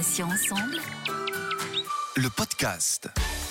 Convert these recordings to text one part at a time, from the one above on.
Patients ensemble, le podcast.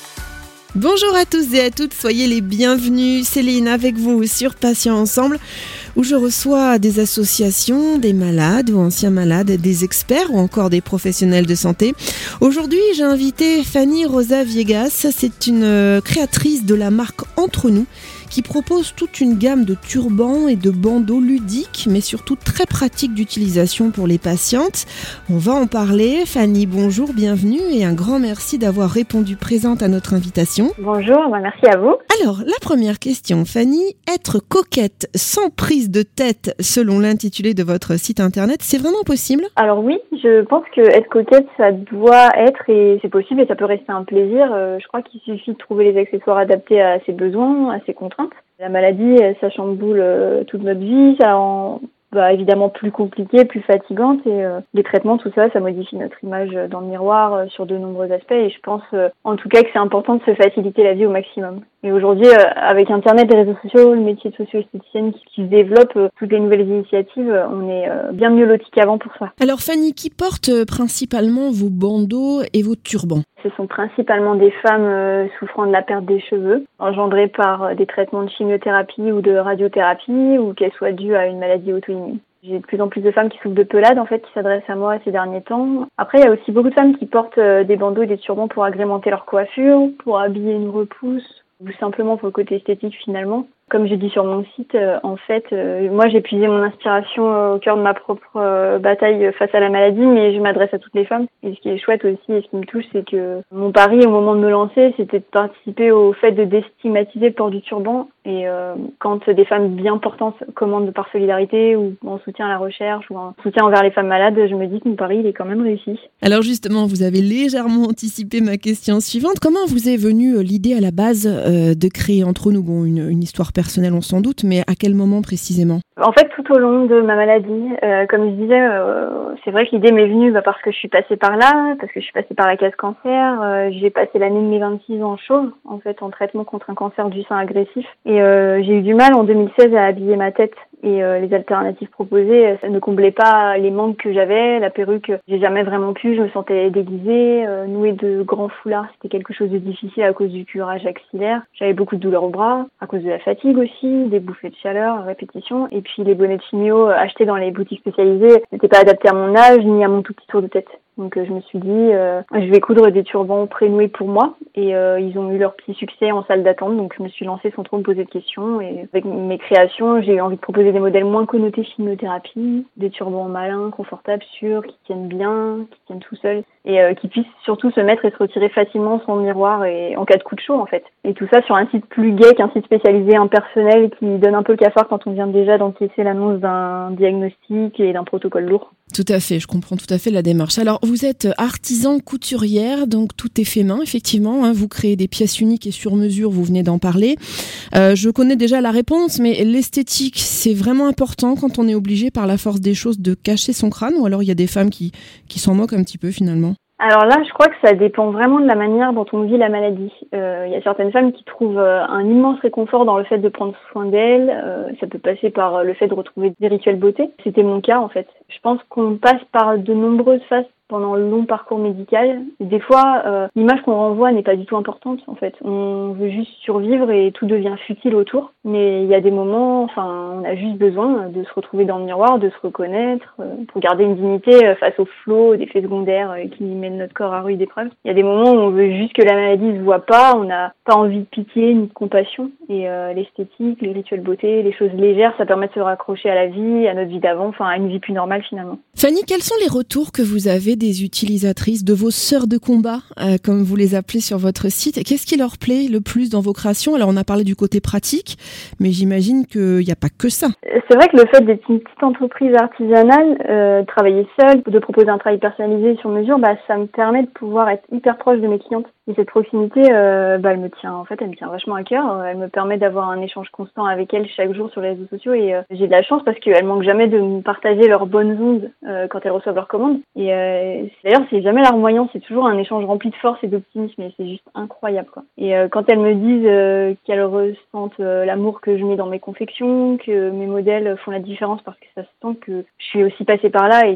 Bonjour à tous et à toutes, soyez les bienvenus. Céline avec vous sur Patients ensemble, où je reçois des associations, des malades ou anciens malades, des experts ou encore des professionnels de santé. Aujourd'hui, j'ai invité Fanny Rosa Viegas. C'est une créatrice de la marque Entre Nous, qui propose toute une gamme de turbans et de bandeaux ludiques, mais surtout très pratiques d'utilisation pour les patientes. On va en parler. Fanny, bonjour, bienvenue et un grand merci d'avoir répondu présente à notre invitation. Bonjour, merci à vous. Alors, la première question, Fanny, être coquette sans prise de tête, selon l'intitulé de votre site internet, c'est vraiment possible ? Alors oui, je pense que être coquette, ça doit être et c'est possible et ça peut rester un plaisir. Je crois qu'il suffit de trouver les accessoires adaptés à ses besoins, à ses contraintes. La maladie, ça chamboule toute notre vie, ça rend évidemment plus compliquée, plus fatigante et les traitements, tout ça, ça modifie notre image dans le miroir sur de nombreux aspects et je pense en tout cas que c'est important de se faciliter la vie au maximum. Et aujourd'hui, avec Internet, les réseaux sociaux, le métier de socio-esthéticienne qui se développe, toutes les nouvelles initiatives, on est bien mieux lotis qu'avant pour ça. Alors Fanny, qui porte principalement vos bandeaux et vos turbans ? Ce sont principalement des femmes souffrant de la perte des cheveux, engendrées par des traitements de chimiothérapie ou de radiothérapie, ou qu'elles soient dues à une maladie auto-immune. J'ai de plus en plus de femmes qui souffrent de pelade, en fait, qui s'adressent à moi ces derniers temps. Après, il y a aussi beaucoup de femmes qui portent des bandeaux et des turbans pour agrémenter leur coiffure, pour habiller une repousse, ou simplement pour le côté esthétique finalement. Comme je dis sur mon site, en fait, moi j'ai puisé mon inspiration au cœur de ma propre bataille face à la maladie, mais je m'adresse à toutes les femmes. Et ce qui est chouette aussi et ce qui me touche, c'est que mon pari au moment de me lancer, c'était de participer au fait de déstigmatiser le port du turban. Et quand des femmes bien portantes commandent par solidarité ou en soutien à la recherche ou en soutien envers les femmes malades, je me dis que mon pari il est quand même réussi. Alors justement, vous avez légèrement anticipé ma question suivante. Comment vous est venue l'idée à la base de créer Entre Nous ? Bon, une histoire personnelle, on s'en doute, mais à quel moment précisément ? En fait, tout au long de ma maladie, comme je disais, c'est vrai que l'idée m'est venue parce que je suis passée par là, parce que je suis passée par la case cancer. J'ai passé l'année de mes 26 ans chauve, en fait, en traitement contre un cancer du sein agressif. Et j'ai eu du mal en 2016 à habiller ma tête. Et les alternatives proposées, ça ne comblait pas les manques que j'avais. La perruque, j'ai jamais vraiment pu. Je me sentais déguisée. Nouer de grands foulards, c'était quelque chose de difficile à cause du curage axillaire. J'avais beaucoup de douleurs au bras, à cause de la fatigue aussi, des bouffées de chaleur à répétition. Et puis les bonnets de chimio achetés dans les boutiques spécialisées n'étaient pas adaptés à mon âge ni à mon tout petit tour de tête. Donc je me suis dit, je vais coudre des turbans pré-noués pour moi. Et ils ont eu leur petit succès en salle d'attente. Donc je me suis lancée sans trop me poser de questions. Et avec mes créations, j'ai eu envie de proposer des modèles moins connotés chimiothérapie, des turbans malins, confortables, sûrs, qui tiennent bien, qui tiennent tout seuls. Et qui puissent surtout se mettre et se retirer facilement sans miroir et en cas de coup de chaud en fait. Et tout ça sur un site plus gai qu'un site spécialisé impersonnel qui donne un peu le cafard quand on vient déjà d'encaisser l'annonce d'un diagnostic et d'un protocole lourd. Tout à fait, je comprends tout à fait la démarche. Alors, vous êtes artisan couturière, donc tout est fait main, effectivement. Vous créez des pièces uniques et sur mesure, vous venez d'en parler. Je connais déjà la réponse, mais l'esthétique, c'est vraiment important quand on est obligé par la force des choses de cacher son crâne, ou alors il y a des femmes qui s'en moquent un petit peu finalement ? Alors là, je crois que ça dépend vraiment de la manière dont on vit la maladie. Il y a certaines femmes qui trouvent un immense réconfort dans le fait de prendre soin d'elles. Ça peut passer par le fait de retrouver des rituels beauté. C'était mon cas en fait. Je pense qu'on passe par de nombreuses phases pendant le long parcours médical. Et des fois, l'image qu'on renvoie n'est pas du tout importante en fait. On veut juste survivre et tout devient futile autour. Mais il y a des moments, on a juste besoin de se retrouver dans le miroir, de se reconnaître, pour garder une dignité face au flot d'effets secondaires qui mènent notre corps à rude épreuve. Il y a des moments où on veut juste que la maladie se voit pas, on n'a pas envie de pitié ni de compassion. Et l'esthétique, les rituels beauté, les choses légères, ça permet de se raccrocher à la vie, à notre vie d'avant, à une vie plus normale finalement. Fanny, quels sont les retours que vous avez des utilisatrices, de vos sœurs de combat, comme vous les appelez sur votre site? Qu'est-ce qui leur plaît le plus dans vos créations? Alors on a parlé du côté pratique, mais j'imagine qu'il n'y a pas que ça. C'est vrai que le fait d'être une petite entreprise artisanale, travailler seule, de proposer un travail personnalisé sur mesure, ça me permet de pouvoir être hyper proche de mes clientes. Et cette proximité, elle me tient vachement à cœur. Elle me permet d'avoir un échange constant avec elles chaque jour sur les réseaux sociaux et j'ai de la chance parce qu'elles manquent jamais de me partager leurs bonnes ondes quand elles reçoivent leurs commandes. Et d'ailleurs, c'est jamais larmoyant, c'est toujours un échange rempli de force et d'optimisme et c'est juste incroyable, quoi. Et quand elles me disent qu'elles ressentent l'amour que je mets dans mes confections, que mes modèles font la différence parce que ça se sent que je suis aussi passée par là et qu'elles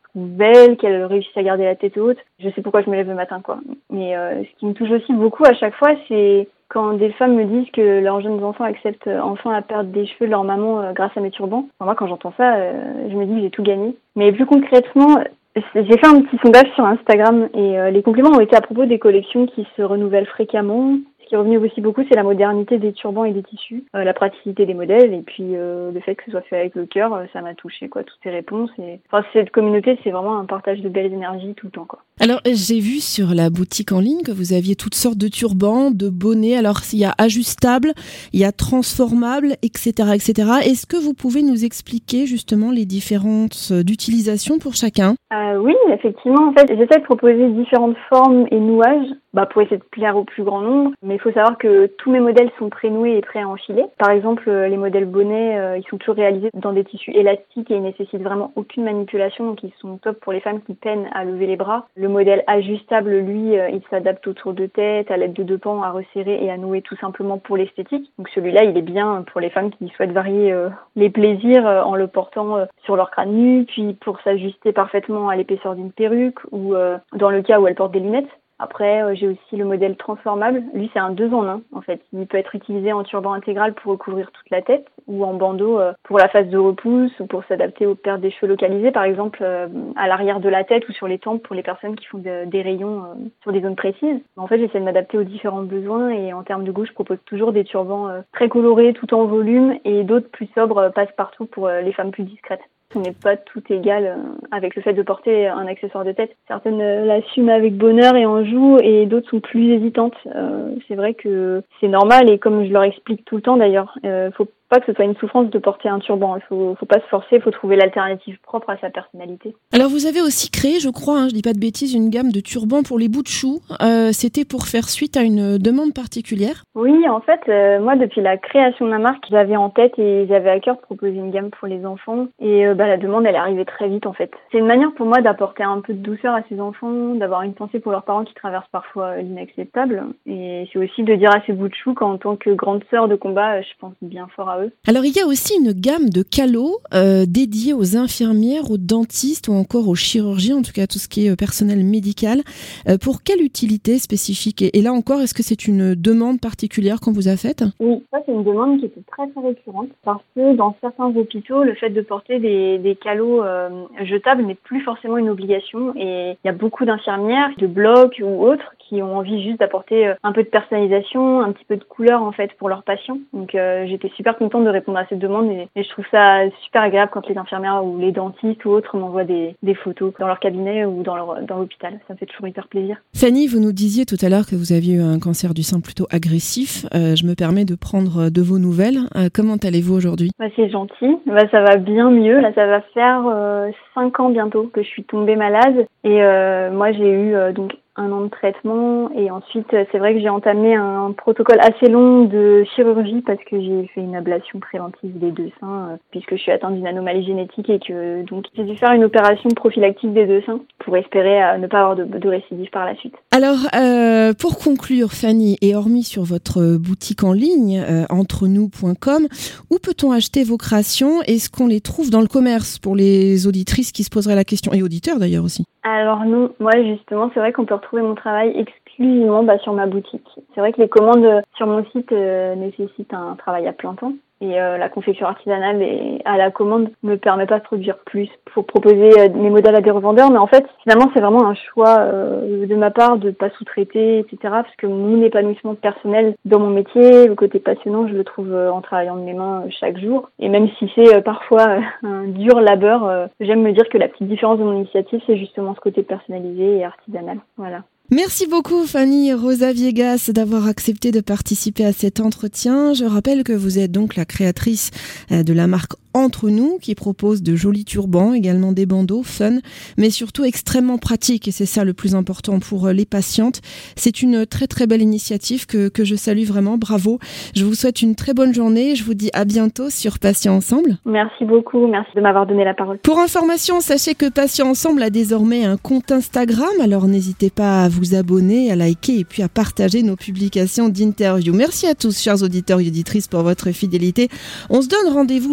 trouve belle, qu'elles réussissent à garder la tête haute. Je sais pourquoi je me lève le matin, quoi. Mais ce qui me touche aussi beaucoup à chaque fois, c'est quand des femmes me disent que leurs jeunes enfants acceptent enfin la perte des cheveux de leur maman grâce à mes turbans. Enfin, moi, quand j'entends ça, je me dis que j'ai tout gagné. Mais plus concrètement, j'ai fait un petit sondage sur Instagram et les compliments ont été à propos des collections qui se renouvellent fréquemment. Ce qui est revenu aussi beaucoup, c'est la modernité des turbans et des tissus, la praticité des modèles et puis le fait que ce soit fait avec le cœur, ça m'a touchée, quoi, toutes ces réponses. Et enfin, cette communauté, c'est vraiment un partage de belles énergies tout le temps, quoi. Alors, j'ai vu sur la boutique en ligne que vous aviez toutes sortes de turbans, de bonnets. Alors, il y a ajustable, il y a transformable, etc., etc. Est-ce que vous pouvez nous expliquer justement les différences d'utilisation pour chacun ? Oui, effectivement. En fait, j'essaie de proposer différentes formes et nouages pour essayer de plaire au plus grand nombre. Mais il faut savoir que tous mes modèles sont pré-noués et prêts à enfiler. Par exemple, les modèles bonnets, ils sont toujours réalisés dans des tissus élastiques et ils nécessitent vraiment aucune manipulation. Donc, ils sont top pour les femmes qui peinent à lever les bras. Le modèle ajustable, lui, il s'adapte au tour de tête, à l'aide de 2 pans à resserrer et à nouer tout simplement pour l'esthétique. Donc, celui-là, il est bien pour les femmes qui souhaitent varier les plaisirs en le portant sur leur crâne nu, puis pour s'ajuster parfaitement à l'épaisseur d'une perruque ou dans le cas où elles portent des lunettes. Après, j'ai aussi le modèle transformable. Lui, c'est un 2 en 1, en fait. Il peut être utilisé en turban intégral pour recouvrir toute la tête ou en bandeau pour la phase de repousse ou pour s'adapter aux pertes des cheveux localisées, par exemple à l'arrière de la tête ou sur les tempes pour les personnes qui font des rayons sur des zones précises. En fait, j'essaie de m'adapter aux différents besoins et en termes de goût, je propose toujours des turbans très colorés tout en volume et d'autres plus sobres passe-partout pour les femmes plus discrètes. On n'est pas tout égal avec le fait de porter un accessoire de tête. Certaines l'assument avec bonheur et en jouent et d'autres sont plus hésitantes. C'est vrai que c'est normal et comme je leur explique tout le temps d'ailleurs, faut pas que ce soit une souffrance de porter un turban. Il faut pas se forcer, il faut trouver l'alternative propre à sa personnalité. Alors vous avez aussi créé, je crois, je dis pas de bêtises, une gamme de turbans pour les bouts de chou. C'était pour faire suite à une demande particulière ? Oui, en fait, moi depuis la création de ma marque, j'avais en tête et j'avais à cœur de proposer une gamme pour les enfants. Et la demande, elle est arrivée très vite en fait. C'est une manière pour moi d'apporter un peu de douceur à ces enfants, d'avoir une pensée pour leurs parents qui traversent parfois l'inacceptable. Et c'est aussi de dire à ces bouts de chou qu'en tant que grande sœur de combat, je pense bien fort à eux. Alors il y a aussi une gamme de calots dédiés aux infirmières, aux dentistes ou encore aux chirurgiens, en tout cas tout ce qui est personnel médical. Pour quelle utilité spécifique ? Et là encore, est-ce que c'est une demande particulière qu'on vous a faite ? Oui, ça c'est une demande qui était très très récurrente parce que dans certains hôpitaux, le fait de porter des calots jetables n'est plus forcément une obligation et il y a beaucoup d'infirmières, de blocs ou autres qui ont envie juste d'apporter un peu de personnalisation, un petit peu de couleur en fait pour leurs patients. Donc j'étais super contente de répondre à cette demande et je trouve ça super agréable quand les infirmières ou les dentistes ou autres m'envoient des photos dans leur cabinet ou dans l'hôpital. Ça me fait toujours hyper plaisir. Fanny, vous nous disiez tout à l'heure que vous aviez eu un cancer du sein plutôt agressif. Je me permets de prendre de vos nouvelles. Comment allez-vous aujourd'hui ? C'est gentil. Ça va bien mieux. Là, ça va faire 5 ans bientôt que je suis tombée malade et moi j'ai eu donc 1 an de traitement et ensuite c'est vrai que j'ai entamé un protocole assez long de chirurgie parce que j'ai fait une ablation préventive des 2 seins puisque je suis atteinte d'une anomalie génétique et que donc j'ai dû faire une opération prophylactique des 2 seins pour espérer ne pas avoir de récidive par la suite. Alors pour conclure Fanny, et hormis sur votre boutique en ligne entrenous.com, où peut-on acheter vos créations ? Est-ce qu'on les trouve dans le commerce pour les auditrices qui se poseraient la question et auditeurs d'ailleurs aussi ? Alors non, moi justement c'est vrai qu'on peut retrouver mon travail exclusivement sur ma boutique. C'est vrai que les commandes sur mon site nécessitent un travail à plein temps et la confection artisanale et à la commande me permet pas de produire plus pour proposer mes modèles à des revendeurs, mais en fait finalement c'est vraiment un choix de ma part de pas sous-traiter, etc. parce que mon épanouissement personnel dans mon métier, le côté passionnant, je le trouve en travaillant de mes mains chaque jour et même si c'est parfois un dur labeur, j'aime me dire que la petite différence de mon initiative c'est justement ce côté personnalisé et artisanal. Voilà. Merci beaucoup Fanny Rosa Viegas d'avoir accepté de participer à cet entretien. Je rappelle que vous êtes donc la créatrice de la marque Entre Nous qui propose de jolis turbans, également des bandeaux fun, mais surtout extrêmement pratiques et c'est ça le plus important pour les patientes. C'est une très très belle initiative que je salue vraiment, bravo. Je vous souhaite une très bonne journée, je vous dis à bientôt sur Patients Ensemble. Merci beaucoup, merci de m'avoir donné la parole. Pour information, sachez que Patients Ensemble a désormais un compte Instagram, alors n'hésitez pas à vous abonner, à liker et puis à partager nos publications d'interviews. Merci à tous, chers auditeurs et auditrices, pour votre fidélité. On se donne rendez-vous jeudi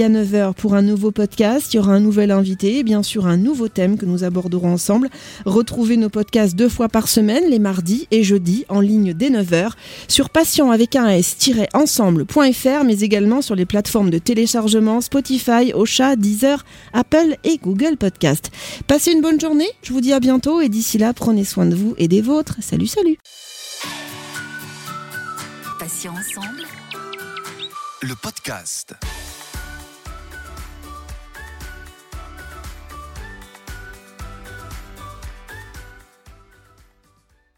à 9h pour un nouveau podcast. Il y aura un nouvel invité et bien sûr un nouveau thème que nous aborderons ensemble. Retrouvez nos podcasts 2 fois par semaine, les mardis et jeudis, en ligne dès 9h, sur patient avec un s-ensemble.fr, mais également sur les plateformes de téléchargement Spotify, Ocha, Deezer, Apple et Google Podcast. Passez une bonne journée, je vous dis à bientôt et d'ici là, prenez soin de vous et des vôtres. Salut, salut. Le podcast.